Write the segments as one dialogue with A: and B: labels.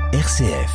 A: RCF.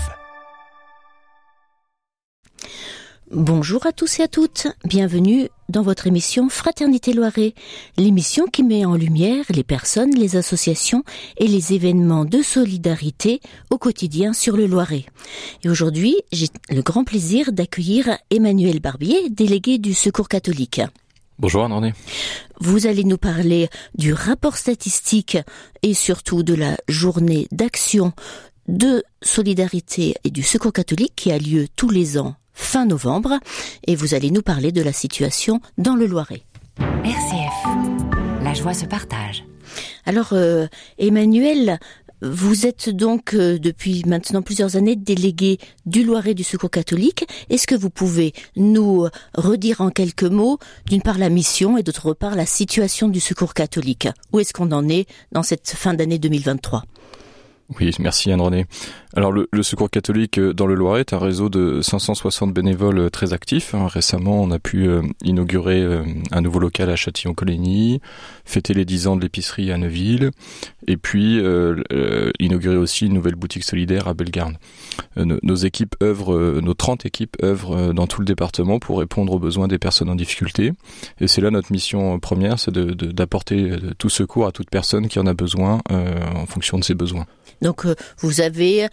B: Bonjour à tous et à toutes, bienvenue dans votre émission Fraternité Loiret, l'émission qui met en lumière les personnes, les associations et les événements de solidarité au quotidien sur le Loiret. Et aujourd'hui, j'ai le grand plaisir d'accueillir Emmanuel Barbier, délégué du Secours catholique.
C: Bonjour Anne-René.
B: Vous allez nous parler du rapport statistique et surtout de la journée d'action de solidarité et du Secours catholique qui a lieu tous les ans fin novembre, et vous allez nous parler de la situation dans le Loiret.
D: RCF, la joie se partage.
B: Alors Emmanuel, vous êtes donc depuis maintenant plusieurs années délégué du Loiret du Secours catholique. Est-ce que vous pouvez nous redire en quelques mots, d'une part la mission et d'autre part la situation du Secours catholique? Où est-ce qu'on en est dans cette fin d'année 2023?
C: Oui, merci Anne-René. Alors le Secours catholique dans le Loiret est un réseau de 560 bénévoles très actifs. Récemment, on a pu inaugurer un nouveau local à Châtillon-Coligny, fêter les 10 ans de l'épicerie à Neuville, et puis inaugurer aussi une nouvelle boutique solidaire à Bellegarde. Nos équipes œuvrent, nos 30 équipes œuvrent dans tout le département pour répondre aux besoins des personnes en difficulté. Et c'est là notre mission première, c'est d'apporter tout secours à toute personne qui en a besoin en fonction de ses besoins.
B: Donc vous avez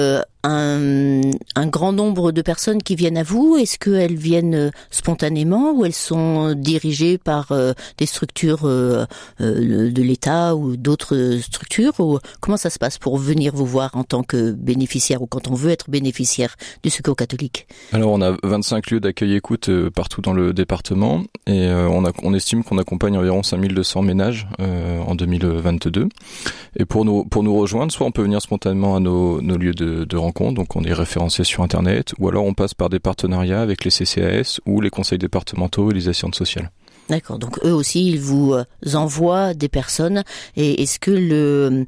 B: un grand nombre de personnes qui viennent à vous. Est-ce qu'elles viennent spontanément ou elles sont dirigées par des structures de l'État ou d'autres structures, ou comment ça se passe pour venir vous voir en tant que bénéficiaire ou quand on veut être bénéficiaire du Secours catholique? Alors
C: on a 25 lieux d'accueil écoute partout dans le département et on estime qu'on accompagne environ 5200 ménages en 2022. Et pour nous rejoindre, soit on peut venir spontanément à nos lieux de rencontre, donc on est référencé sur internet, ou alors on passe par des partenariats avec les CCAS ou les conseils départementaux et les assistantes sociales.
B: D'accord, donc eux aussi ils vous envoient des personnes, et est-ce que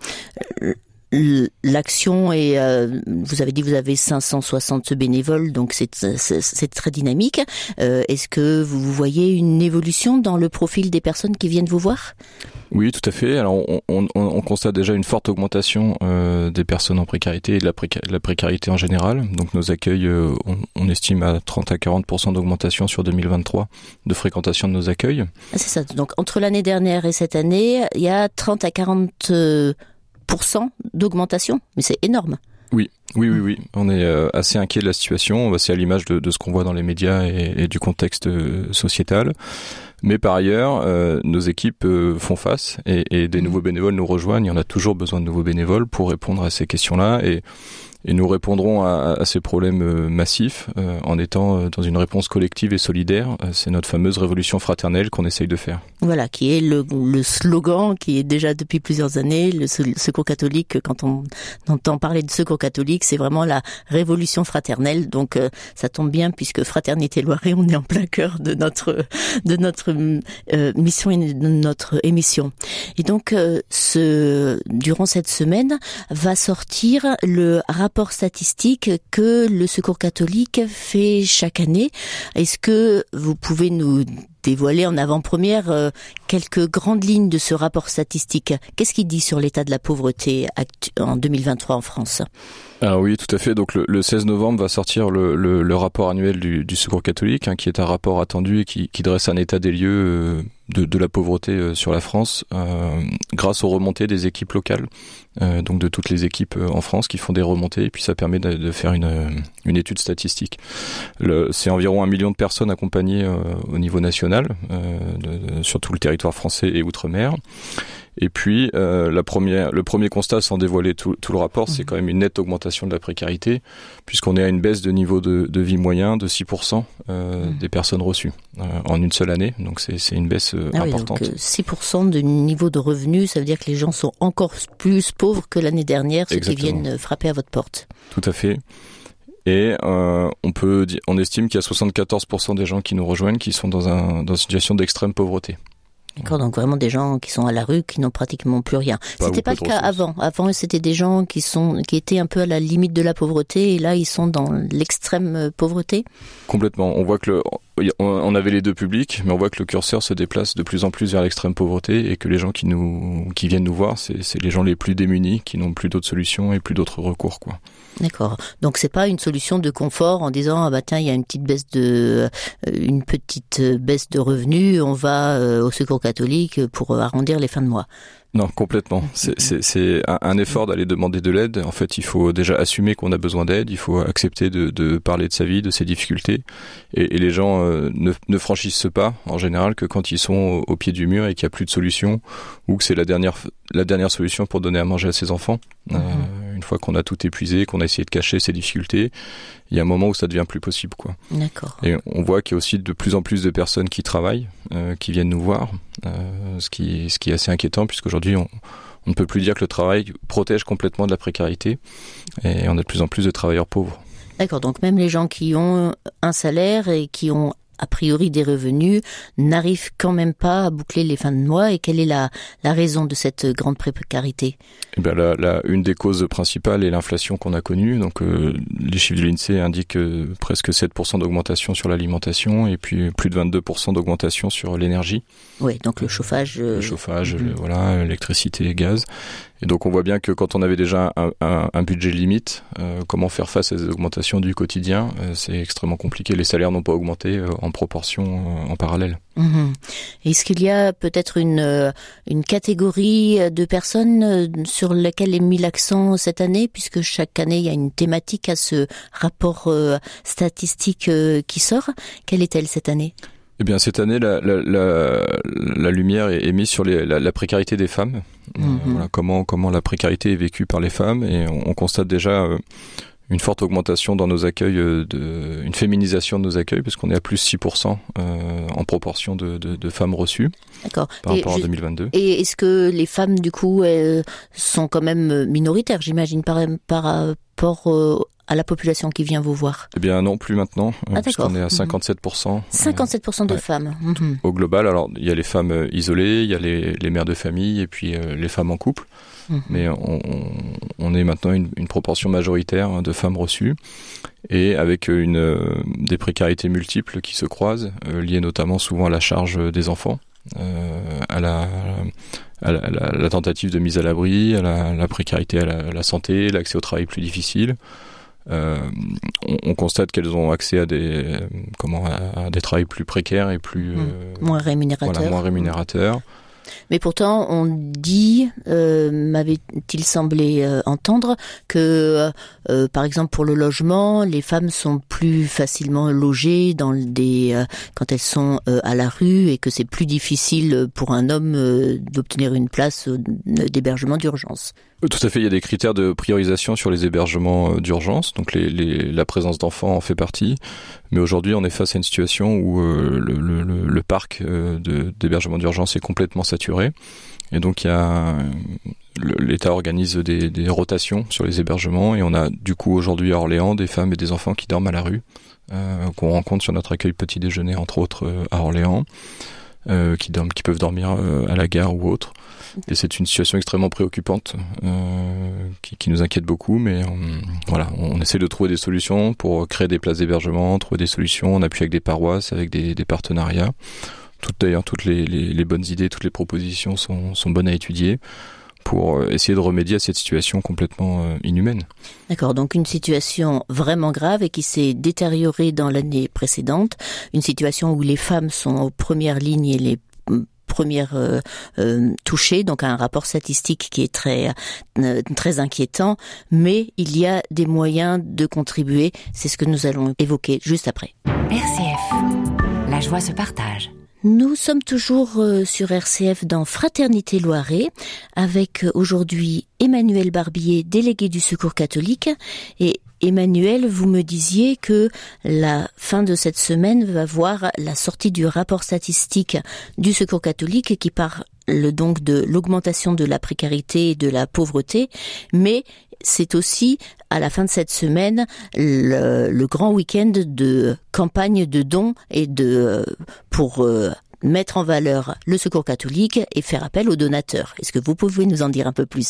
B: l'action est, vous avez dit vous avez 560 bénévoles, donc c'est très dynamique. Est-ce que vous voyez une évolution dans le profil des personnes qui viennent vous voir?
C: Oui, tout à fait. Alors on constate déjà une forte augmentation des personnes en précarité et de la précarité en général. Donc nos accueils, on estime à 30 à 40% d'augmentation sur 2023 de fréquentation de nos accueils.
B: Ah, c'est ça. Donc entre l'année dernière et cette année, il y a 30 à 40% d'augmentation, mais c'est énorme.
C: Oui. On est assez inquiet de la situation. C'est à l'image de ce qu'on voit dans les médias et du contexte sociétal. Mais par ailleurs, nos équipes font face et des nouveaux bénévoles nous rejoignent. On a toujours besoin de nouveaux bénévoles pour répondre à ces questions-là et nous répondrons à ces problèmes massifs en étant dans une réponse collective et solidaire. C'est notre fameuse révolution fraternelle qu'on essaye de faire.
B: Voilà, qui est le slogan qui est déjà depuis plusieurs années, le Secours catholique. Quand on entend parler de Secours catholique, c'est vraiment la révolution fraternelle. Donc ça tombe bien puisque Fraternité Loiret, on est en plein cœur de notre mission et de notre émission. Et donc durant cette semaine va sortir le rapport statistique que le Secours catholique fait chaque année. Est-ce que vous pouvez nous dévoiler en avant-première quelques grandes lignes de ce rapport statistique? Qu'est-ce qu'il dit sur l'état de la pauvreté en 2023 en France?
C: Alors oui, tout à fait. Donc le 16 novembre va sortir le rapport annuel du Secours catholique, qui est un rapport attendu et qui dresse un état des lieux de la pauvreté sur la France grâce aux remontées des équipes locales, donc de toutes les équipes en France qui font des remontées, et puis ça permet de faire une étude statistique. C'est environ 1 million de personnes accompagnées au niveau national sur tout le territoire français et outre-mer. Et puis le premier constat, sans dévoiler tout le rapport, c'est quand même une nette augmentation de la précarité, puisqu'on est à une baisse de niveau de vie moyen de 6% des personnes reçues en une seule année. Donc c'est une baisse importante.
B: Donc 6% de niveau de revenu, ça veut dire que les gens sont encore plus pauvres que l'année dernière, ceux qui viennent frapper à votre porte.
C: Tout à fait. Et on estime qu'il y a 74% des gens qui nous rejoignent qui sont dans une situation d'extrême pauvreté.
B: D'accord, donc vraiment des gens qui sont à la rue, qui n'ont pratiquement plus rien. C'était pas le cas avant. Avant, c'était des gens qui étaient un peu à la limite de la pauvreté, et là, ils sont dans l'extrême pauvreté.
C: Complètement. On voit que on avait les deux publics, mais on voit que le curseur se déplace de plus en plus vers l'extrême pauvreté et que les gens qui viennent nous voir, c'est les gens les plus démunis qui n'ont plus d'autres solutions et plus d'autres recours, quoi.
B: D'accord. Donc c'est pas une solution de confort en disant ah bah tiens il y a une petite baisse de revenus, on va au Secours catholique pour arrondir les fins de mois.
C: Non, complètement. C'est un effort d'aller demander de l'aide. En fait, il faut déjà assumer qu'on a besoin d'aide. Il faut accepter de parler de sa vie, de ses difficultés. Et les gens ne franchissent ce pas, en général, que quand ils sont au pied du mur et qu'il n'y a plus de solution, ou que c'est la dernière solution pour donner à manger à ses enfants. Une fois qu'on a tout épuisé, qu'on a essayé de cacher ses difficultés, il y a un moment où ça devient plus possible, quoi.
B: D'accord.
C: Et on voit qu'il y a aussi de plus en plus de personnes qui travaillent, qui viennent nous voir, ce qui est assez inquiétant, puisqu'aujourd'hui on ne peut plus dire que le travail protège complètement de la précarité, et on a de plus en plus de travailleurs pauvres.
B: D'accord, donc même les gens qui ont un salaire et qui ont a priori des revenus n'arrivent quand même pas à boucler les fins de mois. Et quelle est la raison de cette grande précarité ?
C: Eh bien, une des causes principales est l'inflation qu'on a connue. Donc, les chiffres de l'INSEE indiquent presque 7% d'augmentation sur l'alimentation et puis plus de 22% d'augmentation sur l'énergie.
B: Oui, donc le chauffage.
C: Voilà, électricité et gaz. Et donc on voit bien que quand on avait déjà un budget limite, comment faire face à ces augmentations du quotidien, c'est extrêmement compliqué. Les salaires n'ont pas augmenté en proportion en parallèle.
B: Est-ce qu'il y a peut-être une catégorie de personnes sur laquelle est mis l'accent cette année, puisque chaque année il y a une thématique à ce rapport statistique qui sort. Quelle est-elle cette année ?
C: Eh bien, cette année, la lumière est mise sur la précarité des femmes. Voilà, comment la précarité est vécue par les femmes, et on constate déjà une forte augmentation dans nos accueils, une féminisation de nos accueils, parce qu'on est à plus 6% en proportion de femmes reçues.
B: D'accord.
C: Par rapport à 2022.
B: Et est-ce que les femmes, du coup, sont quand même minoritaires, j'imagine, par rapport à la population qui vient vous voir?
C: Eh bien non, plus maintenant,
B: d'accord.
C: On est à 57%.
B: 57% de femmes.
C: Au global, alors il y a les femmes isolées, il y a les mères de famille et puis les femmes en couple. Mais on est maintenant une proportion majoritaire de femmes reçues, et avec des précarités multiples qui se croisent, liées notamment souvent à la charge des enfants, à la tentative de mise à l'abri, à la précarité à la santé, l'accès au travail plus difficile. On constate qu'elles ont accès à des travails plus précaires et plus
B: moins rémunérateurs.
C: Voilà, moins rémunérateurs.
B: Mais pourtant, on dit, m'avait-il semblé entendre, que, par exemple, pour le logement, les femmes sont plus facilement logées quand elles sont à la rue, et que c'est plus difficile pour un homme d'obtenir une place d'hébergement d'urgence.
C: Tout à fait, il y a des critères de priorisation sur les hébergements d'urgence, donc la présence d'enfants en fait partie, mais aujourd'hui on est face à une situation où le parc d'hébergement d'urgence est complètement saturé, et donc l'État organise des rotations sur les hébergements, et on a du coup aujourd'hui à Orléans des femmes et des enfants qui dorment à la rue, qu'on rencontre sur notre accueil petit déjeuner entre autres à Orléans, qui peuvent dormir à la gare ou autre. Et c'est une situation extrêmement préoccupante qui nous inquiète beaucoup, mais on essaie de trouver des solutions pour créer des places d'hébergement, trouver des solutions en appui avec des paroisses, avec des partenariats. Toutes les bonnes idées, toutes les propositions sont bonnes à étudier pour essayer de remédier à cette situation complètement inhumaine.
B: D'accord, donc une situation vraiment grave et qui s'est détériorée dans l'année précédente, une situation où les femmes sont aux premières lignes et les premières touchées, donc un rapport statistique qui est très inquiétant, mais il y a des moyens de contribuer, c'est ce que nous allons évoquer juste après.
D: RCF, la joie se partage.
B: Nous sommes toujours sur RCF dans Fraternité Loiret, avec aujourd'hui Emmanuel Barbier, délégué du Secours catholique. Et Emmanuel, vous me disiez que la fin de cette semaine va voir la sortie du rapport statistique du Secours catholique qui parle donc de l'augmentation de la précarité et de la pauvreté, mais c'est aussi à la fin de cette semaine le grand week-end de campagne de dons et pour mettre en valeur le Secours catholique et faire appel aux donateurs. Est-ce que vous pouvez nous en dire un peu plus ?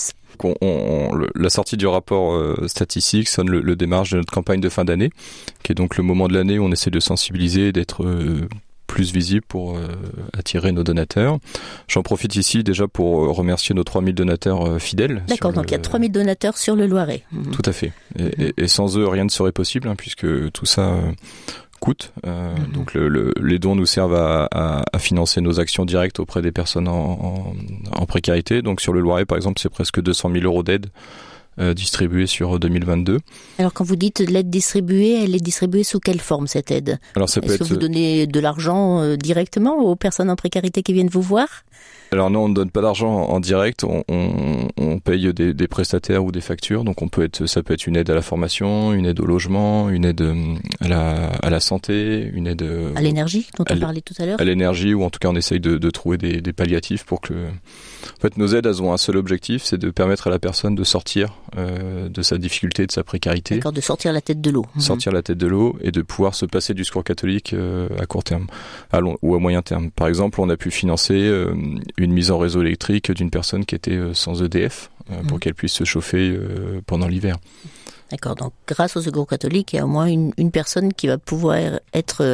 C: La sortie du rapport statistique sonne le démarrage de notre campagne de fin d'année, qui est donc le moment de l'année où on essaie de sensibiliser et d'être plus visible pour attirer nos donateurs. J'en profite ici déjà pour remercier nos 3000 donateurs fidèles.
B: D'accord, donc il y a 3000 donateurs sur le Loiret.
C: Tout à fait. Et sans eux, rien ne serait possible, puisque tout ça coûte. Donc les dons nous servent à financer nos actions directes auprès des personnes en précarité. Donc sur le Loiret, par exemple, c'est presque 200 000 euros d'aide distribuée sur 2022.
B: Alors quand vous dites l'aide distribuée, elle est distribuée sous quelle forme cette aide ?
C: Alors ça peut
B: Est-ce que vous donnez de l'argent directement aux personnes en précarité qui viennent vous voir ?
C: Alors non, on ne donne pas d'argent en direct, on paye des prestataires ou des factures, donc ça peut être une aide à la formation, une aide au logement, une aide à la santé, une aide
B: à l'énergie dont on parlait tout à l'heure.
C: À l'énergie, ou en tout cas on essaye de trouver des palliatifs pour que... En fait, nos aides, elles ont un seul objectif, c'est de permettre à la personne de sortir de sa difficulté, de sa précarité.
B: D'accord, de sortir la tête de l'eau.
C: Sortir la tête de l'eau et de pouvoir se passer du Secours catholique à court terme ou à moyen terme. Par exemple, on a pu financer une mise en réseau électrique d'une personne qui était sans EDF pour qu'elle puisse se chauffer pendant l'hiver.
B: D'accord, donc grâce au Secours catholique, il y a au moins une personne qui va pouvoir être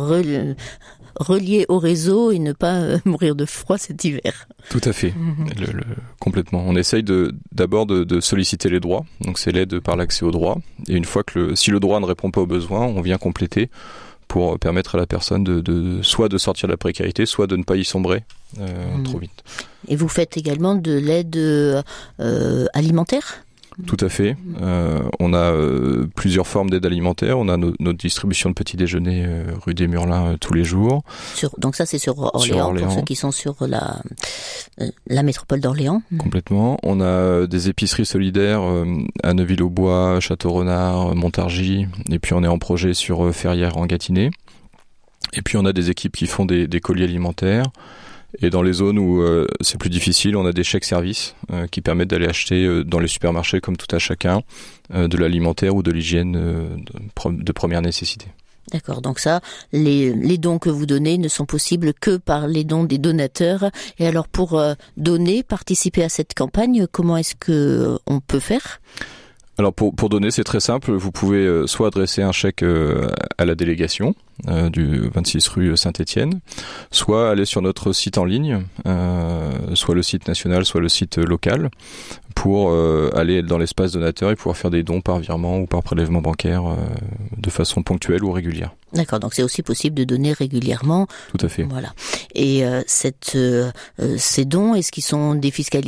B: reliée au réseau et ne pas mourir de froid cet hiver.
C: Tout à fait, complètement. On essaye d'abord de solliciter les droits, donc c'est l'aide par l'accès aux droits, et une fois que si le droit ne répond pas aux besoins, on vient compléter pour permettre à la personne soit de sortir de la précarité, soit de ne pas y sombrer trop vite. Et
B: vous faites également de l'aide alimentaire ?
C: Tout à fait. On a plusieurs formes d'aide alimentaire. On a notre distribution de petits déjeuners rue des Murlins tous les jours.
B: Donc ça, c'est sur Orléans, pour ceux qui sont sur la métropole d'Orléans.
C: Complètement. On a des épiceries solidaires à Neuville-aux-Bois, Château-Renard, Montargis. Et puis on est en projet sur Ferrières en Gâtinais. Et puis on a des équipes qui font des colis alimentaires. Et dans les zones où c'est plus difficile, on a des chèques services qui permettent d'aller acheter dans les supermarchés, comme tout à chacun, de l'alimentaire ou de l'hygiène de première nécessité.
B: D'accord, donc ça, les dons que vous donnez ne sont possibles que par les dons des donateurs. Et alors pour participer à cette campagne, comment est-ce que on peut faire ?
C: Alors pour donner, c'est très simple. Vous pouvez soit adresser un chèque à la délégation du 26 rue Saint-Étienne, soit aller sur notre site en ligne, soit le site national, soit le site local, pour aller dans l'espace donateur et pouvoir faire des dons par virement ou par prélèvement bancaire de façon ponctuelle ou régulière.
B: D'accord, donc c'est aussi possible de donner régulièrement.
C: Tout à fait.
B: Voilà. Et ces dons, est-ce qu'ils sont défiscalisés ?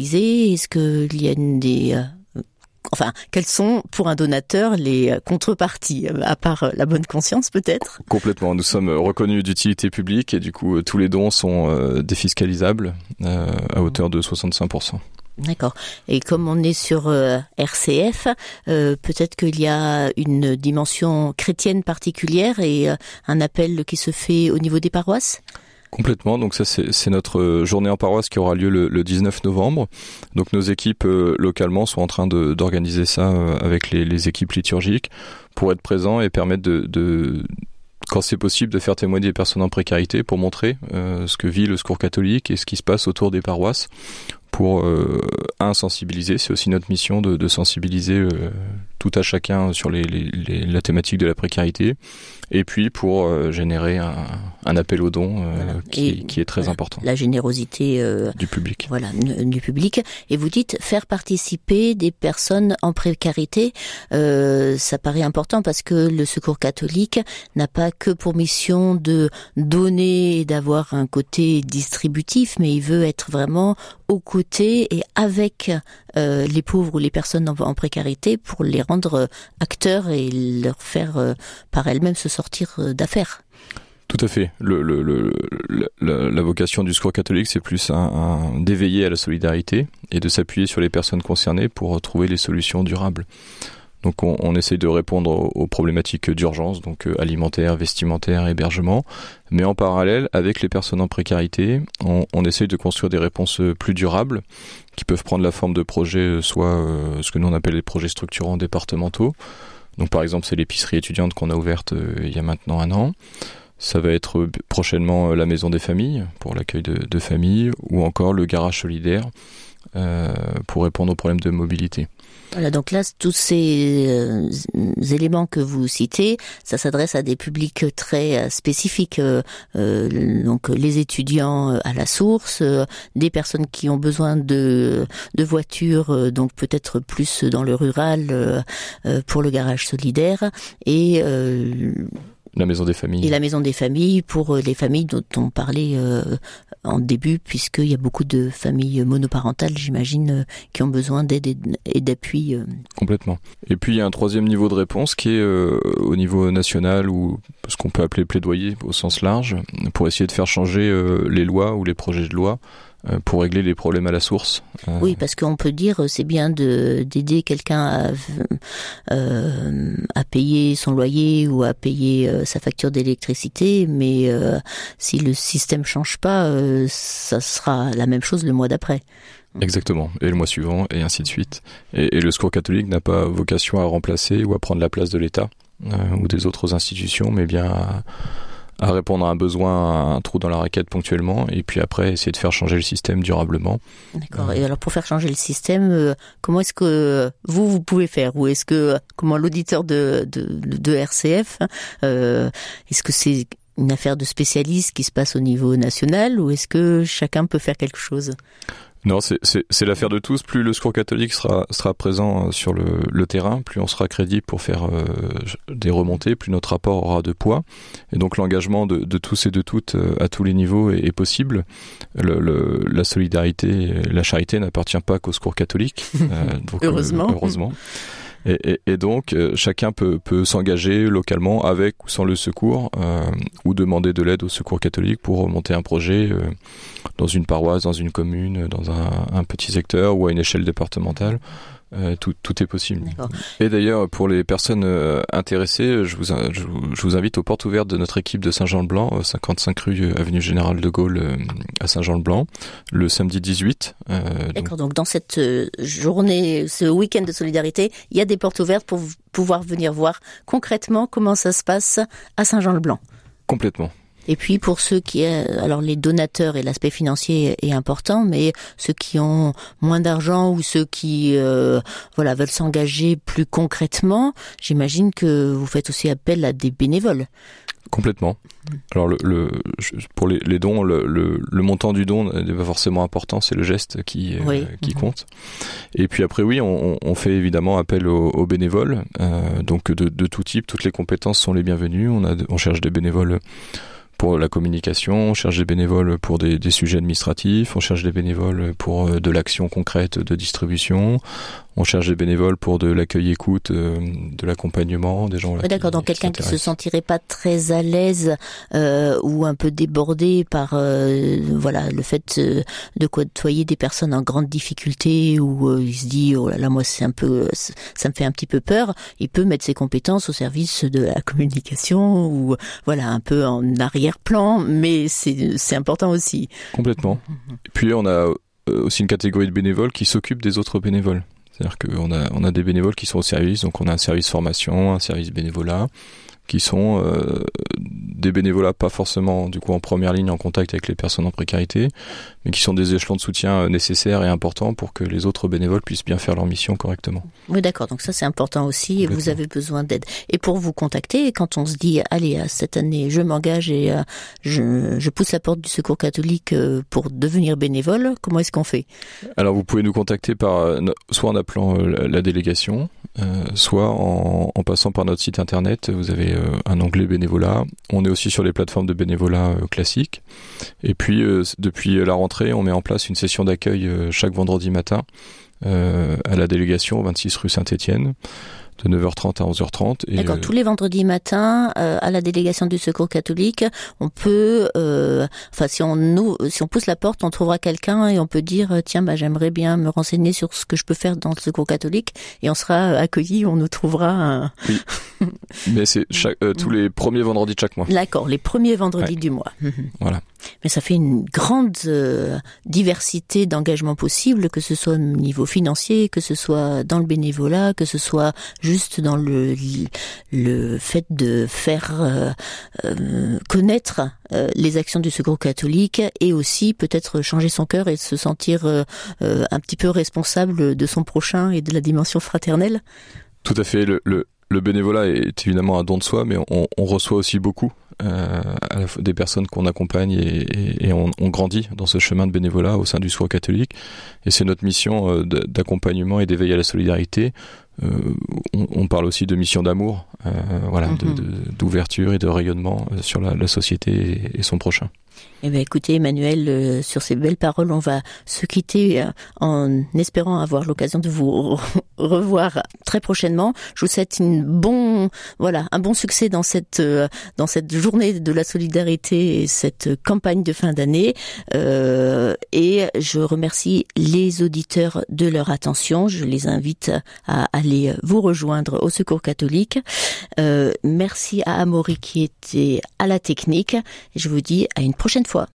B: Est-ce qu'il y a quelles sont pour un donateur les contreparties, à part la bonne conscience peut-être ?
C: Complètement, nous sommes reconnus d'utilité publique et du coup tous les dons sont défiscalisables à hauteur de 65%.
B: D'accord. Et comme on est sur RCF, peut-être qu'il y a une dimension chrétienne particulière et un appel qui se fait au niveau des paroisses ?
C: Complètement, donc ça c'est notre journée en paroisse qui aura lieu le 19 novembre. Donc nos équipes localement sont en train d'organiser ça avec les équipes liturgiques pour être présents et permettre quand c'est possible, de faire témoigner des personnes en précarité pour montrer ce que vit le Secours catholique et ce qui se passe autour des paroisses pour sensibiliser. C'est aussi notre mission de sensibiliser tout à chacun sur la thématique de la précarité, et puis pour générer un appel aux dons qui est très important.
B: La générosité
C: du public.
B: Voilà, du public. Et vous dites faire participer des personnes en précarité. Ça paraît important parce que le Secours catholique n'a pas que pour mission de donner et d'avoir un côté distributif, mais il veut être vraiment aux côtés et avec les pauvres ou les personnes en précarité pour les rendre acteurs et leur faire par elles-mêmes se sortir d'affaires.
C: Tout à fait. La vocation du Secours catholique, c'est plus d'éveiller à la solidarité et de s'appuyer sur les personnes concernées pour trouver les solutions durables. Donc on essaye de répondre aux problématiques d'urgence, donc alimentaire, vestimentaire, hébergement, mais en parallèle, avec les personnes en précarité, on essaye de construire des réponses plus durables, qui peuvent prendre la forme de projets, soit ce que nous on appelle les projets structurants départementaux. Donc par exemple, c'est l'épicerie étudiante qu'on a ouverte il y a maintenant 1 an. Ça va être prochainement la maison des familles pour l'accueil de familles, ou encore le garage solidaire pour répondre aux problèmes de mobilité.
B: Voilà, donc là, tous ces éléments que vous citez, ça s'adresse à des publics très spécifiques. Donc les étudiants à la source, des personnes qui ont besoin de voitures, donc peut-être plus dans le rural pour le garage solidaire, et
C: la maison des familles.
B: Et la maison des familles pour les familles dont on parlait en début, puisqu'il y a beaucoup de familles monoparentales, j'imagine, qui ont besoin d'aide et d'appui.
C: Complètement. Et puis il y a un troisième niveau de réponse qui est au niveau national, ou ce qu'on peut appeler plaidoyer au sens large, pour essayer de faire changer les lois ou les projets de loi pour régler les problèmes à la source.
B: Oui, parce qu'on peut dire c'est bien d'aider quelqu'un à payer son loyer ou à payer sa facture d'électricité, mais si le système change pas, ça sera la même chose le mois d'après.
C: Exactement, et le mois suivant, et ainsi de suite. Et le Secours catholique n'a pas vocation à remplacer ou à prendre la place de l'État ou des autres institutions, mais bien à répondre à un besoin, à un trou dans la raquette ponctuellement, et puis après essayer de faire changer le système durablement.
B: D'accord. Et alors pour faire changer le système, comment est-ce que vous pouvez faire, ou est-ce que, comment l'auditeur de RCF, est-ce que c'est une affaire de spécialistes qui se passe au niveau national, ou est-ce que chacun peut faire quelque chose ?
C: Non, c'est l'affaire de tous. Plus le Secours catholique sera présent sur le terrain, plus on sera crédible pour faire des remontées, plus notre rapport aura de poids. Et donc l'engagement de tous et de toutes à tous les niveaux est possible. La solidarité, la charité n'appartient pas qu'au Secours catholique. Donc, heureusement. Et donc, chacun peut s'engager localement avec ou sans le secours, ou demander de l'aide au Secours catholique pour remonter un projet dans une paroisse, dans une commune, dans un petit secteur ou à une échelle départementale. Tout est possible.
B: D'accord.
C: Et d'ailleurs, pour les personnes intéressées, je vous invite aux portes ouvertes de notre équipe de Saint-Jean-le-Blanc, 55 rue Avenue Général de Gaulle à Saint-Jean-le-Blanc, le samedi 18.
B: D'accord, donc dans cette journée, ce week-end de solidarité, il y a des portes ouvertes pour pouvoir venir voir concrètement comment ça se passe à Saint-Jean-le-Blanc.
C: Complètement.
B: Et puis pour ceux alors les donateurs et l'aspect financier est important, mais ceux qui ont moins d'argent ou ceux qui veulent s'engager plus concrètement, j'imagine que vous faites aussi appel à des bénévoles.
C: Complètement. Alors pour les dons, le montant du don n'est pas forcément important, c'est le geste qui compte. Et puis après on fait évidemment appel aux bénévoles, donc de tout type, toutes les compétences sont les bienvenues. On cherche des bénévoles pour la communication, on cherche des bénévoles pour des sujets administratifs, on cherche des bénévoles pour de l'action concrète de distribution, on cherche des bénévoles pour de l'accueil-écoute, de l'accompagnement, des gens.
B: D'accord, donc quelqu'un qui se sentirait pas très à l'aise ou un peu débordé par le fait de côtoyer des personnes en grande difficulté, ou il se dit oh là là, moi ça me fait un petit peu peur, il peut mettre ses compétences au service de la communication, ou un peu en arrière-plan, mais c'est important aussi.
C: Complètement. Et puis on a aussi une catégorie de bénévoles qui s'occupent des autres bénévoles. C'est-à-dire qu'on a des bénévoles qui sont au service, donc on a un service formation, un service bénévolat, qui sont des bénévolats pas forcément du coup en première ligne en contact avec les personnes en précarité, mais qui sont des échelons de soutien nécessaires et importants pour que les autres bénévoles puissent bien faire leur mission correctement.
B: Oui, d'accord, donc ça c'est important aussi, et vous avez besoin d'aide. Et pour vous contacter, quand on se dit allez, cette année je m'engage et je pousse la porte du Secours catholique pour devenir bénévole, comment est-ce qu'on fait ?
C: Alors vous pouvez nous contacter soit en appelant la délégation, soit en passant par notre site internet. Vous avez un onglet bénévolat. On est aussi sur les plateformes de bénévolat classiques. Et puis depuis la rentrée, on met en place une session d'accueil chaque vendredi matin à la délégation 26 rue Saint-Étienne, de 9h30 à 11h30. Et
B: d'accord, tous les vendredis matins, à la délégation du Secours catholique, on peut, si on pousse la porte, on trouvera quelqu'un et on peut dire, tiens, j'aimerais bien me renseigner sur ce que je peux faire dans le Secours catholique, et on sera accueilli, on nous trouvera
C: Oui, Mais c'est tous les premiers vendredis de chaque mois.
B: D'accord, les premiers vendredis du mois.
C: Voilà.
B: Mais ça fait une grande diversité d'engagements possibles, que ce soit au niveau financier, que ce soit dans le bénévolat, que ce soit juste dans le fait de faire connaître les actions du Secours catholique, et aussi peut-être changer son cœur et se sentir un petit peu responsable de son prochain et de la dimension fraternelle.
C: Tout à fait. Le bénévolat est évidemment un don de soi, mais on reçoit aussi beaucoup à la fois des personnes qu'on accompagne, et on grandit dans ce chemin de bénévolat au sein du Secours catholique. Et c'est notre mission d'accompagnement et d'éveil à la solidarité. On parle aussi de mission d'amour, d'ouverture et de rayonnement sur la société et son prochain.
B: Eh bien, écoutez, Emmanuel, sur ces belles paroles, on va se quitter en espérant avoir l'occasion de vous revoir très prochainement. Je vous souhaite un bon succès dans cette journée de la solidarité et cette campagne de fin d'année. Et je remercie les auditeurs de leur attention. Je les invite à aller vous rejoindre au Secours catholique. Merci à Amaury qui était à la technique. Et je vous dis à une prochaine fois.